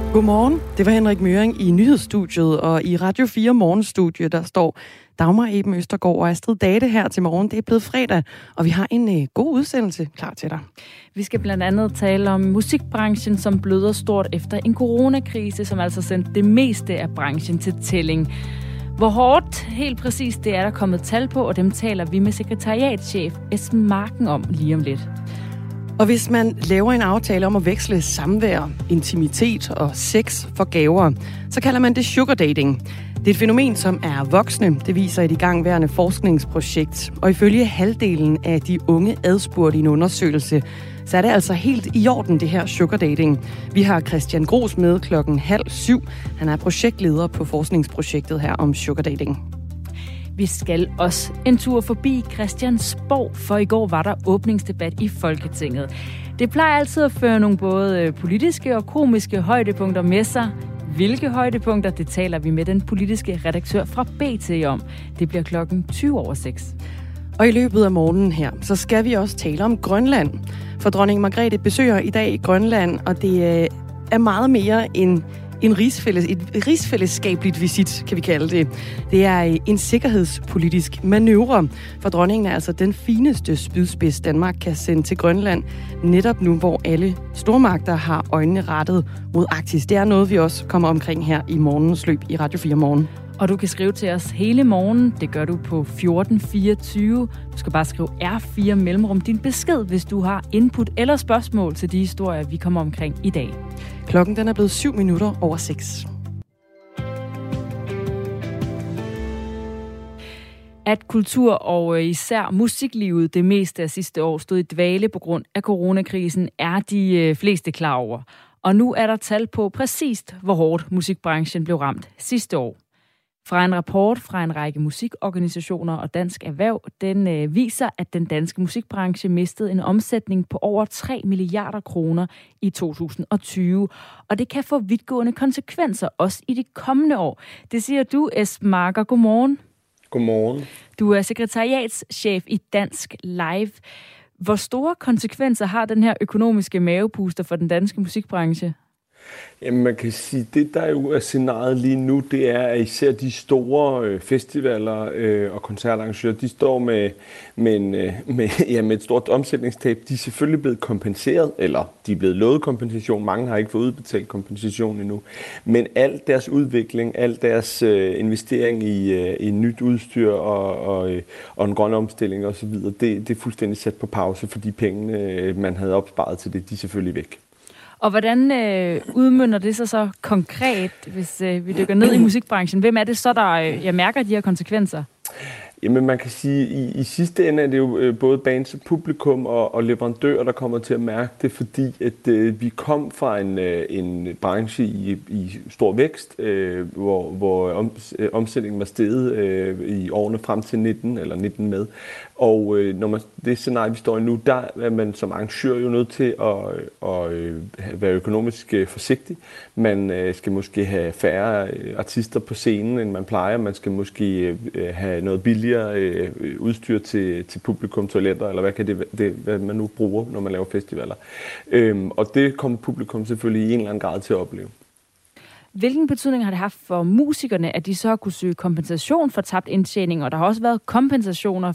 Godmorgen. Det var Henrik Møring i nyhedsstudiet, og i Radio 4 morgenstudie, der står Dagmar Eben Østergaard og Astrid Date her til morgen. Det er blevet fredag, og vi har en god udsendelse klar til dig. Vi skal blandt andet tale om musikbranchen, som bløder stort efter en coronakrise, som altså sendte det meste af branchen til tælling. Hvor hårdt helt præcis det er der kommet tal på, og dem taler vi med sekretariatschef Esben Marken om lige om lidt. Og hvis man laver en aftale om at veksle samvær, intimitet og sex for gaver, så kalder man det sugar dating. Det er et fænomen, som er voksne. Det viser et igangværende forskningsprojekt. Og ifølge halvdelen af de unge adspurgte i en undersøgelse, så er det altså helt i orden, det her sugar dating. Vi har Christian Gros med 6:30. Han er projektleder på forskningsprojektet her om sugar dating. Vi skal også en tur forbi Christiansborg, for i går var der åbningsdebat i Folketinget. Det plejer altid at føre nogle både politiske og komiske højdepunkter med sig. Hvilke højdepunkter, det taler vi med den politiske redaktør fra BT om. Det bliver 6:20. Og i løbet af morgenen her, så skal vi også tale om Grønland. For dronning Margrethe besøger i dag Grønland, og det er meget mere end et rigsfællesskabeligt visit, kan vi kalde det. Det er en sikkerhedspolitisk manøvre, for dronningen er altså den fineste spydspids, Danmark kan sende til Grønland, netop nu, hvor alle stormagter har øjnene rettet mod Arktis. Det er noget, vi også kommer omkring her i morgens løb i Radio 4 Morgen. Og du kan skrive til os hele morgen. Det gør du på 1424. Du skal bare skrive R4 mellemrum din besked, hvis du har input eller spørgsmål til de historier, vi kommer omkring i dag. Klokken den er blevet 6:07. At kultur og især musiklivet det meste af sidste år stod i dvale på grund af coronakrisen, er de fleste klar over. Og nu er der tal på præcist, hvor hårdt musikbranchen blev ramt sidste år. Fra en rapport fra en række musikorganisationer og Dansk Erhverv, den viser, at den danske musikbranche mistede en omsætning på over 3 milliarder kroner i 2020. Og det kan få vidtgående konsekvenser også i de kommende år. Det siger du, Esben Marker. Godmorgen. Godmorgen. Du er sekretariatschef i Dansk Live. Hvor store konsekvenser har den her økonomiske mavepuster for den danske musikbranche? Jamen, man kan sige, det der jo er scenariet lige nu, det er, at især de store festivaler og koncertarrangører, de står med et stort omsætningstab. De er selvfølgelig blevet kompenseret, eller de er blevet lovet kompensation. Mange har ikke fået udbetalt kompensation endnu. Men al deres udvikling, al deres investering i nyt udstyr og en grøn omstilling osv., det er fuldstændig sat på pause, fordi pengene, man havde opsparet til det, de er selvfølgelig væk. Og hvordan udmønter det sig så konkret, hvis vi dykker ned i musikbranchen? Hvem er det så, der mærker de her konsekvenser? Jamen man kan sige, i sidste ende er det jo både bands, publikum og leverandører, der kommer til at mærke det, fordi at vi kom fra en branche i stor vækst, hvor omsætningen var steget i årene frem til 19 med. Og når det scenarie, vi står i nu, der er man som arrangør jo nødt til at være økonomisk forsigtig. Man skal måske have færre artister på scenen, end man plejer. Man skal måske have noget billigere udstyr til publikum, toiletter, eller hvad man nu bruger, når man laver festivaler. Og det kommer publikum selvfølgelig i en eller anden grad til at opleve. Hvilken betydning har det haft for musikerne, at de så har kunne søge kompensation for tabt indtjening, og der har også været kompensationer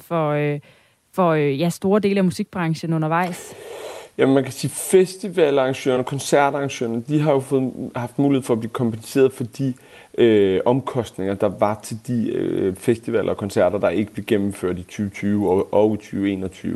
for store dele af musikbranchen undervejs? Jamen man kan sige, festivalarrangørerne, koncertarrangørerne, de har jo haft mulighed for at blive kompenseret for de omkostninger, der var til de festivaler og koncerter, der ikke blev gennemført i 2020 og i 2021.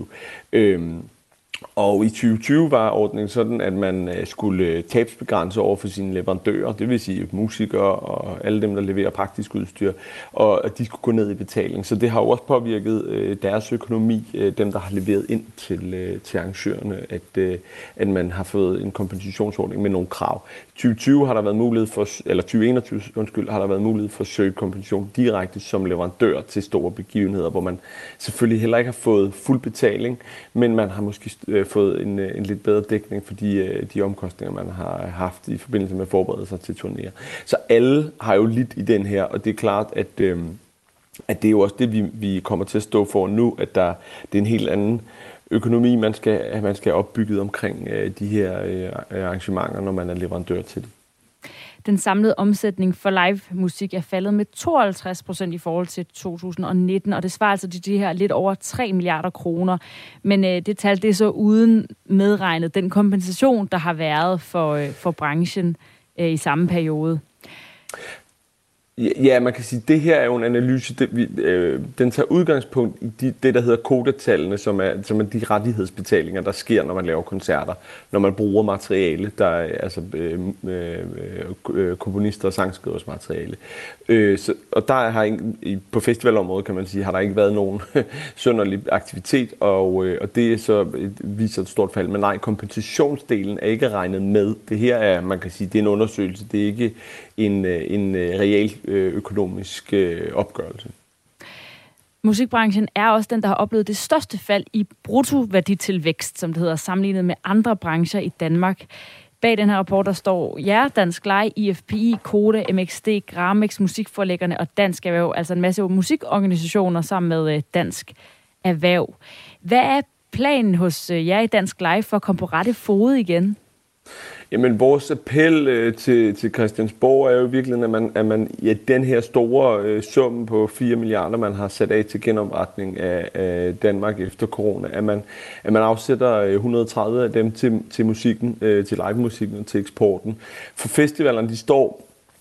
Og i 2020 var ordningen sådan, at man skulle tabsbegrænse over for sine leverandører, det vil sige musikere og alle dem, der leverer praktisk udstyr, og at de skulle gå ned i betaling. Så det har jo også påvirket deres økonomi, dem der har leveret ind til arrangørerne, at man har fået en kompensationsordning med nogle krav. I 2020 har der været mulighed for, eller 2021 har der været mulighed for at søge kompensation direkte som leverandør til store begivenheder, hvor man selvfølgelig heller ikke har fået fuld betaling, men man har måske fået en lidt bedre dækning for de omkostninger, man har haft i forbindelse med forberedelser til turnéer. Så alle har jo lidt i den her, og det er klart, at det er jo også det, vi kommer til at stå for nu, at det er en helt anden økonomi, man skal have opbygget omkring de her arrangementer, når man er leverandør til det. Den samlede omsætning for live musik er faldet med 52% i forhold til 2019, og det svarer altså til de her lidt over 3 milliarder kroner. Men det tal, det er så uden medregnet den kompensation, der har været for branchen i samme periode. Ja, man kan sige, at det her er jo en analyse, den tager udgangspunkt i det, der hedder kodatallene, som er de rettighedsbetalinger, der sker, når man laver koncerter, når man bruger materiale, der er altså komponister og sangskrivers materiale. Og der har på festivalområdet, kan man sige, har der ikke været nogen synderlig aktivitet, og det er så viser et stort fald. Men nej, kompensationsdelen er ikke regnet med. Det her er, man kan sige, det er en undersøgelse, det er ikke en reel økonomisk opgørelse. Musikbranchen er også den, der har oplevet det største fald i bruttoværditilvækst, som det hedder, sammenlignet med andre brancher i Danmark. Bag den her rapport, der står Dansk Leje, IFPI, Koda, MXD, Gramex, Musikforlæggerne og Dansk Erhverv, altså en masse musikorganisationer sammen med Dansk Erhverv. Hvad er planen hos jer i Dansk Leje for at komme på rette fod igen? Jamen, vores appel til Christiansborg er jo virkelig, at man den her store sum på 4 milliarder, man har sat af til genopretning af Danmark efter corona, at man afsætter 130 af dem til musikken, til live-musikken og til eksporten. For festivalerne, de står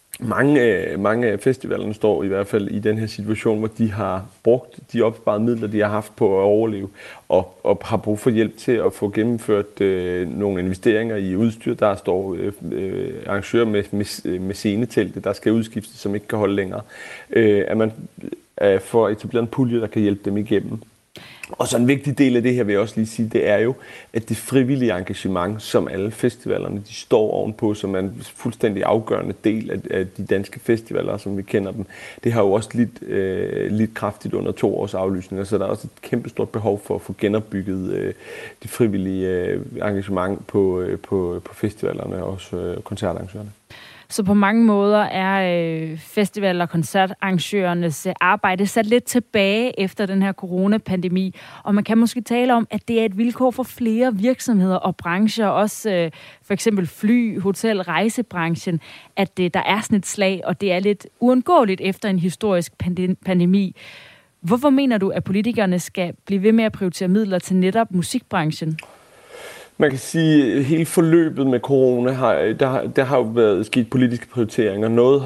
mange af festivalerne står i hvert fald i den her situation, hvor de har brugt de opsparede midler, de har haft på at overleve, og har brug for hjælp til at få gennemført nogle investeringer i udstyr. Der står arrangører med scenetelte, der skal udskiftes, som ikke kan holde længere. At man får etableret en pulje, der kan hjælpe dem igennem. Og så en vigtig del af det her, vil jeg også lige sige, det er jo, at det frivillige engagement, som alle festivalerne, de står ovenpå, som er en fuldstændig afgørende del af de danske festivaler, som vi kender dem, det har jo også lidt kraftigt under 2 års aflysninger, så der er også et kæmpestort behov for at få genopbygget det frivillige engagement på festivalerne og også koncertarrangørerne. Så på mange måder er festival- og koncertarrangørernes arbejde sat lidt tilbage efter den her coronapandemi. Og man kan måske tale om, at det er et vilkår for flere virksomheder og brancher, også for eksempel fly, hotel, rejsebranchen, at der er sådan et slag, og det er lidt uundgåeligt efter en historisk pandemi. Hvorfor mener du, at politikerne skal blive ved med at prioritere midler til netop musikbranchen? Man kan sige, at hele forløbet med corona, der har jo været sket politiske prioriteringer. Noget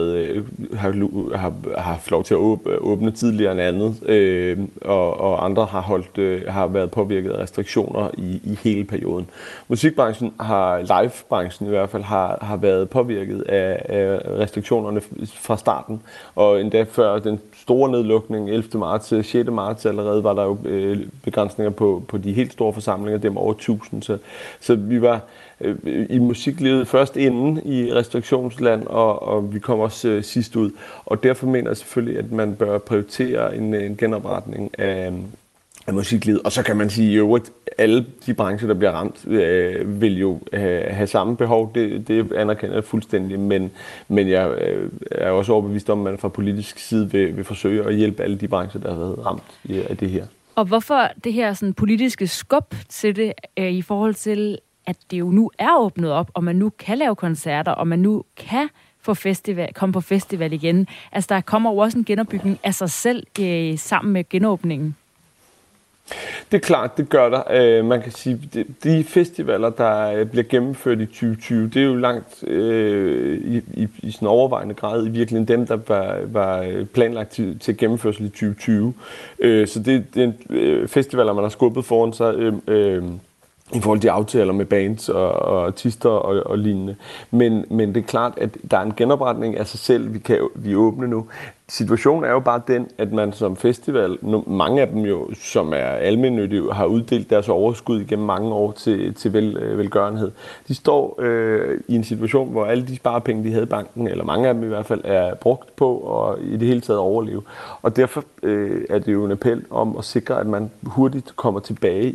har haft lov til at åbne tidligere end andet, og andre har været påvirket af restriktioner i hele perioden. Musikbranchen livebranchen i hvert fald, har været påvirket af restriktionerne fra starten, og endda før den store nedlukning 11. marts til 6. marts allerede var der jo begrænsninger på de helt store forsamlinger, dem over 1000. Så vi var i musiklivet først inde i restriktionsland, og vi kom også sidst ud. Og derfor mener jeg selvfølgelig, at man bør prioritere en genopretning af musiklivet. Og så kan man sige, at alle de brancher, der bliver ramt, vil jo have samme behov. Det anerkender jeg fuldstændig, men jeg er også overbevist om, at man fra politisk side vil forsøge at hjælpe alle de brancher, der har været ramt af det her. Og hvorfor det her sådan politiske skub til det i forhold til, at det jo nu er åbnet op, og man nu kan lave koncerter, og man nu kan komme på festival igen? Altså, der kommer jo også en genopbygning af sig selv sammen med genåbningen. Det er klart, det gør der. Man kan sige, de festivaler, der bliver gennemført i 2020, det er jo langt i sådan overvejende grad i virkeligheden dem, der var planlagt til gennemførsel i 2020. Så det er festivaler, man har skubbet foran sig i forhold til aftaler med bands og artister og lignende. Men det er klart, at der er en genopretning af sig selv, vi åbner nu. Situationen er jo bare den, at man som festival, mange af dem jo, som er almennyttige, har uddelt deres overskud igennem mange år til velgørenhed. De står i en situation, hvor alle de sparepenge, de havde i banken, eller mange af dem i hvert fald, er brugt på og i det hele taget overleve. Og derfor er det jo en appel om at sikre, at man hurtigt kommer tilbage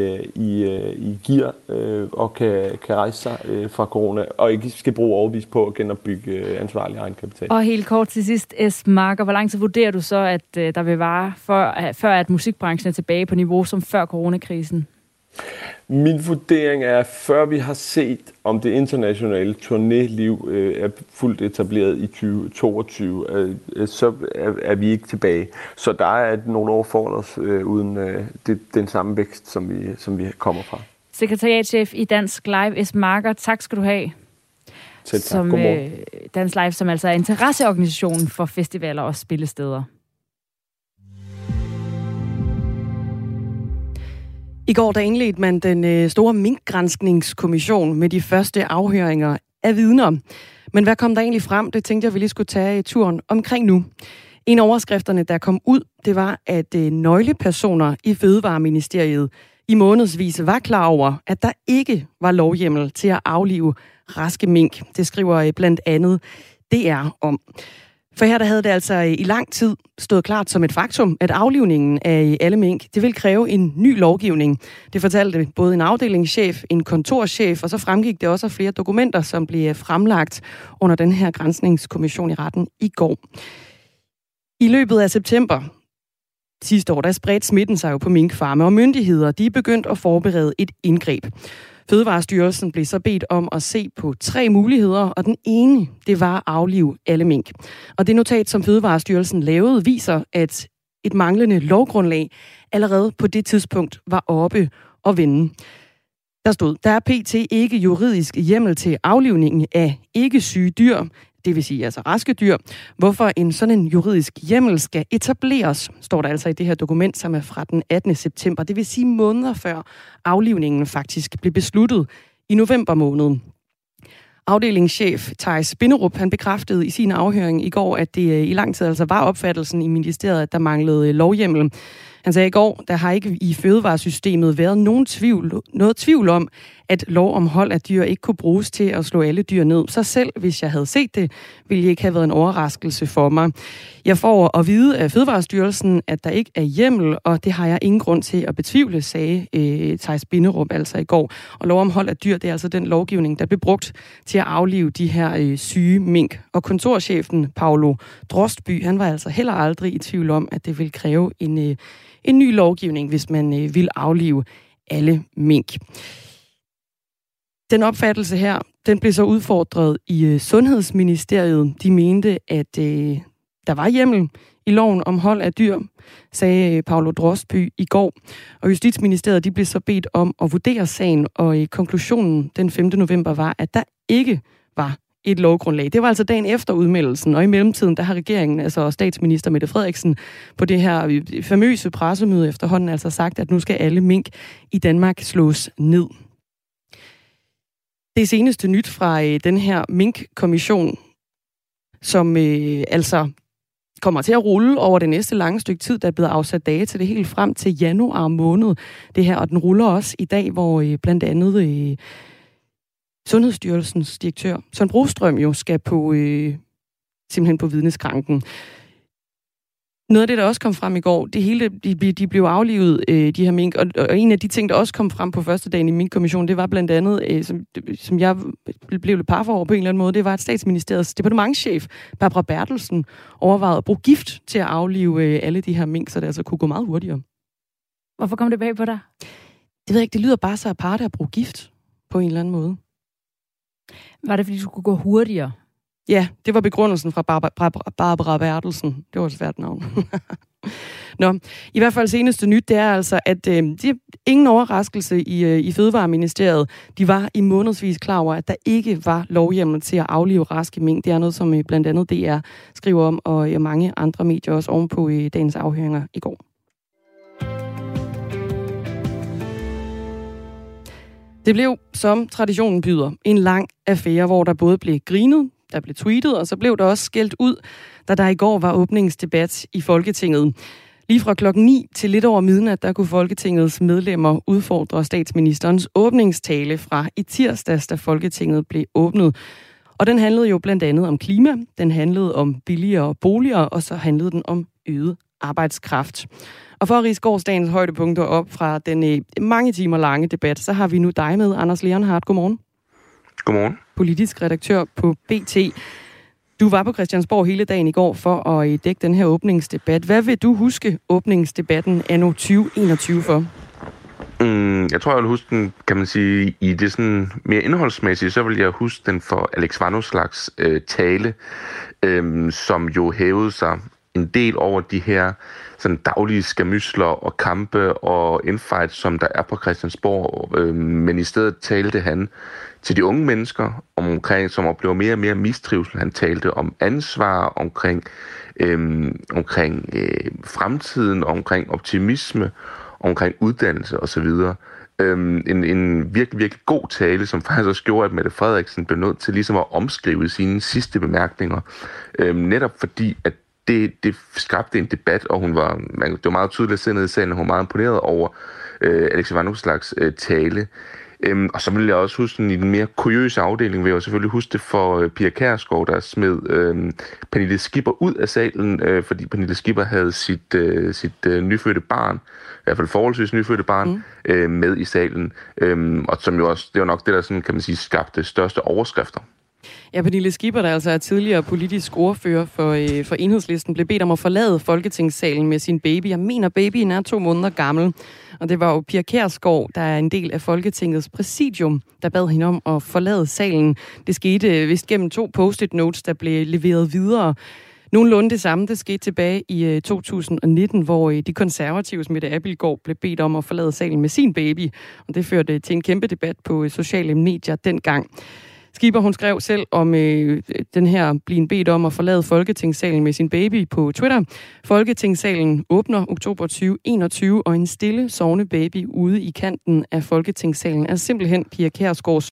i gear og kan rejse sig fra corona, og ikke skal bruge overvis på at genopbygge ansvarlig egenkapital. Og helt kort til sidst, Esben Marker, hvor lang tid vurderer du så, at der vil vare, før at musikbranchen er tilbage på niveau som før coronakrisen? Min vurdering er, at før vi har set, om det internationale turnéliv er fuldt etableret i 2022, så er vi ikke tilbage. Så der er nogle år foran os uden den samme vækst, som vi kommer fra. Sekretariatschef i Dansk Live, Esben Marker, tak skal du have. Selv tak. Godmorgen. Dansk Live, som altså er interesseorganisationen for festivaler og spillesteder. I går der indledte man den store minkgranskningskommission med de første afhøringer af vidner. Men hvad kom der egentlig frem? Det tænkte jeg, vi lige skulle tage turen omkring nu. En af overskrifterne, der kom ud, det var, at nøglepersoner i Fødevareministeriet i månedsvis var klar over, at der ikke var lovhjemmel til at aflive raske mink. Det skriver blandt andet DR om. For her der havde det altså i lang tid stået klart som et faktum, at aflivningen af alle mink, det vil kræve en ny lovgivning. Det fortalte både en afdelingschef, en kontorchef, og så fremgik det også af flere dokumenter, som blev fremlagt under den her granskningskommission i retten i går. I løbet af september sidste år, der spredte smitten sig jo på minkfarme, og myndigheder, de er begyndt at forberede et indgreb. Fødevarestyrelsen blev så bedt om at se på 3 muligheder, og den ene, det var at aflive alle mink. Og det notat, som Fødevarestyrelsen lavede, viser, at et manglende lovgrundlag allerede på det tidspunkt var oppe og vende. Der stod, der er pt. Ikke juridisk hjemmel til aflivningen af ikke syge dyr, det vil sige altså raske dyr. Hvorfor en sådan en juridisk hjemmel skal etableres, står der altså i det her dokument, som er fra den 18. september. Det vil sige måneder før aflivningen faktisk blev besluttet i november måned. Afdelingschef Theis Spinderup, han bekræftede i sin afhøring i går, at det i lang tid altså var opfattelsen i ministeriet, at der manglede lovhjemmel. Han sagde i går, der har ikke i fødevaresystemet været noget tvivl om, at lov om hold af dyr ikke kunne bruges til at slå alle dyr ned. Så selv hvis jeg havde set det, ville det ikke have været en overraskelse for mig. Jeg får at vide af Fødevarestyrelsen, at der ikke er hjemmel, og det har jeg ingen grund til at betvivle, sagde Theis Spinderup altså i går. Og lov om hold af dyr, det er altså den lovgivning, der blev brugt til at aflive de her syge mink. Og kontorchefen Paolo Drostby, han var altså heller aldrig i tvivl om, at det ville kræve en ny lovgivning, hvis man vil aflive alle mink. Den opfattelse her, den blev så udfordret i Sundhedsministeriet. De mente, at der var hjemmel i loven om hold af dyr, sagde Paolo Drostby i går. Og Justitsministeriet, de blev så bedt om at vurdere sagen, og konklusionen den 5. november var, at der ikke var et lovgrundlag. Det var altså dagen efter udmeldelsen, og i mellemtiden, der har regeringen, altså statsminister Mette Frederiksen, på det her famøse pressemøde efterhånden altså sagt, at nu skal alle mink i Danmark slås ned. Det seneste nyt fra den her minkkommission, som altså kommer til at rulle over det næste lange stykke tid, der er blevet afsat dage til det helt frem til januar måned. Det her, og den ruller også i dag, hvor blandt andet Sundhedsstyrelsens direktør, Søren Brostrøm, jo skal på simpelthen på vidneskranken. Noget af det, der også kom frem i går, det hele, de blev aflivet, de her mink, og en af de ting, der også kom frem på første dagen i minkkommissionen, det var blandt andet, som jeg blev lidt par for over på en eller anden måde, det var, at Statsministeriets departementschef, Barbara Bertelsen, overvejede at bruge gift til at aflive alle de her mink, så det altså kunne gå meget hurtigere. Hvorfor kom det bag på dig? Det ved jeg ikke, det lyder bare så aparte at bruge gift på en eller anden måde. Var det, fordi du skulle gå hurtigere? Ja, det var begrundelsen fra Barbara Bertelsen. Det var et svært navn. Nå, i hvert fald seneste nyt, det er altså, at ingen overraskelse i Fødevareministeriet. De var i månedsvis klar over, at der ikke var lovhjemmel til at aflive raske mink. Det er noget, som blandt andet DR skriver om, og mange andre medier også ovenpå i dagens afhøringer i går. Det blev, som traditionen byder, en lang affære, hvor der både blev grinet, der blev tweetet, og så blev der også skældt ud, da der i går var åbningsdebat i Folketinget. Lige fra 9:00 til lidt over midnat, der kunne Folketingets medlemmer udfordre statsministerens åbningstale fra i tirsdags, da Folketinget blev åbnet. Og den handlede jo blandt andet om klima, den handlede om billigere boliger, og så handlede den om øget arbejdskraft. Og for at ridse gårsdagens højdepunkter op fra den mange timer lange debat, så har vi nu dig med, Anders Leonhardt. Godmorgen. Godmorgen. Politisk redaktør på BT. Du var på Christiansborg hele dagen i går for at dække den her åbningsdebat. Hvad vil du huske åbningsdebatten anno 2021 for? Jeg tror, jeg vil huske den, kan man sige, i det sådan mere indholdsmæssige, så vil jeg huske den for Alex Vanopslaghs tale, som jo hævede sig en del over de her sådan daglige skamysler og kampe og infight, som der er på Christiansborg. Men i stedet talte han til de unge mennesker, som oplever mere og mere mistrivsel. Han talte om ansvar, omkring fremtiden, omkring optimisme, omkring uddannelse osv. En virkelig, virkelig god tale, som faktisk også gjorde, at Mette Frederiksen blev nødt til ligesom at omskrive sine sidste bemærkninger. Netop fordi, at det skabte en debat, og det var meget tydeligt at se ned i salen, og hun var meget imponeret over Alex Vanopslaghs tale. Og så vil jeg også huske den i den mere kuriøse afdeling, vil jeg selvfølgelig huske det for Pia Kjærsgaard, der smed Pernille Skipper ud af salen, fordi Pernille Skipper havde sit nyfødte barn, i hvert fald forholdsvis nyfødte barn, med i salen. Og som jo også, det var nok det, der sådan, kan man sige, skabte største overskrifter. Ja, Pernille Skipper, der altså er tidligere politisk ordfører for Enhedslisten, blev bedt om at forlade Folketingssalen med sin baby. Jeg mener, babyen er 2 måneder gammel. Og det var jo Pia Kjærsgaard, der er en del af Folketingets præsidium, der bad hende om at forlade salen. Det skete vist gennem 2 post-it notes, der blev leveret videre. Nogenlunde det samme, det skete tilbage i 2019, hvor de konservatives Mette Abildgaard blev bedt om at forlade salen med sin baby. Og det førte til en kæmpe debat på sociale medier dengang. Skipper, hun skrev selv om den her blive bedt om at forlade Folketingssalen med sin baby på Twitter. Folketingssalen åbner oktober 2021, og en stille, sovende baby ude i kanten af Folketingssalen er simpelthen Pia Kjærsgaards